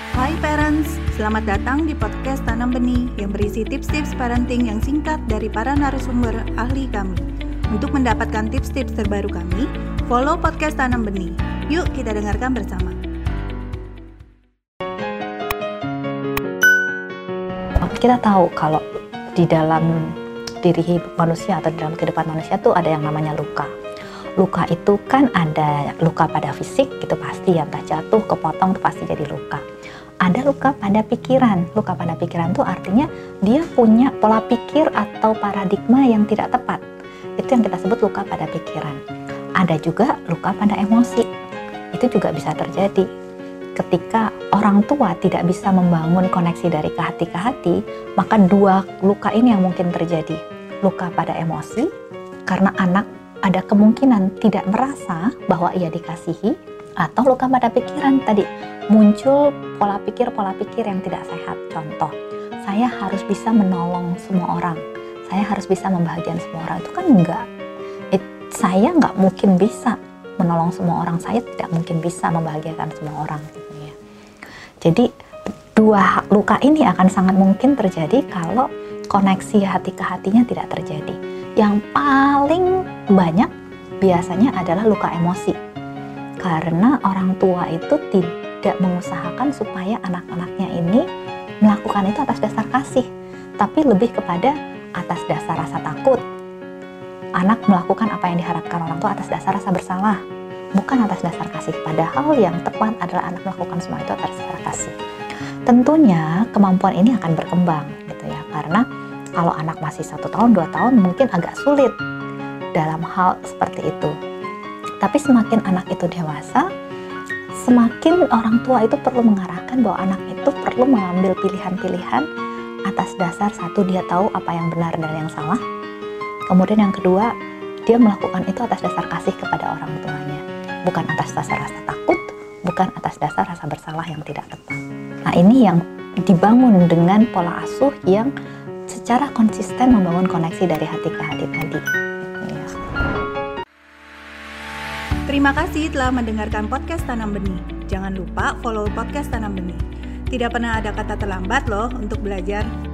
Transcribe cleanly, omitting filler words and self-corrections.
Hai parents, selamat datang di podcast Tanam Benih yang berisi tips-tips parenting yang singkat dari para narasumber ahli kami. Untuk mendapatkan tips-tips terbaru kami, follow podcast Tanam Benih. Yuk kita dengarkan bersama. Kita tahu kalau di dalam diri manusia atau di dalam kehidupan manusia tuh ada yang namanya luka. Luka itu kan ada luka pada fisik, itu pasti ya, entah jatuh, kepotong, itu pasti jadi luka. Ada luka pada pikiran. Luka pada pikiran itu artinya dia punya pola pikir atau paradigma yang tidak tepat. Itu yang kita sebut luka pada pikiran. Ada juga luka pada emosi. Itu juga bisa terjadi. Ketika orang tua tidak bisa membangun koneksi dari ke hati ke hati, maka dua luka ini yang mungkin terjadi. Luka pada emosi, karena anak ada kemungkinan tidak merasa bahwa ia dikasihi, atau luka pada pikiran tadi, muncul pola pikir yang tidak sehat. Contoh, saya harus bisa menolong semua orang, saya harus bisa membahagiakan semua orang. Itu kan enggak, saya nggak mungkin bisa menolong semua orang, saya tidak mungkin bisa membahagiakan semua orang gitu ya. Jadi dua luka ini akan sangat mungkin terjadi kalau koneksi hati ke hatinya tidak terjadi. Yang paling banyak biasanya adalah luka emosi, karena orang tua itu tidak mengusahakan supaya anak-anaknya ini melakukan itu atas dasar kasih, tapi lebih kepada atas dasar rasa takut. Anak melakukan apa yang diharapkan orang tua atas dasar rasa bersalah, bukan atas dasar kasih. Padahal yang tepat adalah anak melakukan semua itu atas dasar kasih. Tentunya kemampuan ini akan berkembang gitu ya, karena kalau anak masih 1 tahun, 2 tahun mungkin agak sulit dalam hal seperti itu. Tapi semakin anak itu dewasa, semakin orang tua itu perlu mengarahkan bahwa anak itu perlu mengambil pilihan-pilihan atas dasar satu, dia tahu apa yang benar dan yang salah. Kemudian yang kedua, dia melakukan itu atas dasar kasih kepada orang tuanya, bukan atas dasar rasa takut, bukan atas dasar rasa bersalah yang tidak tepat. Nah, ini yang dibangun dengan pola asuh yang secara konsisten membangun koneksi dari hati ke hati tadi. Ya. Terima kasih telah mendengarkan podcast Tanam Benih. Jangan lupa follow podcast Tanam Benih. Tidak pernah ada kata terlambat loh untuk belajar.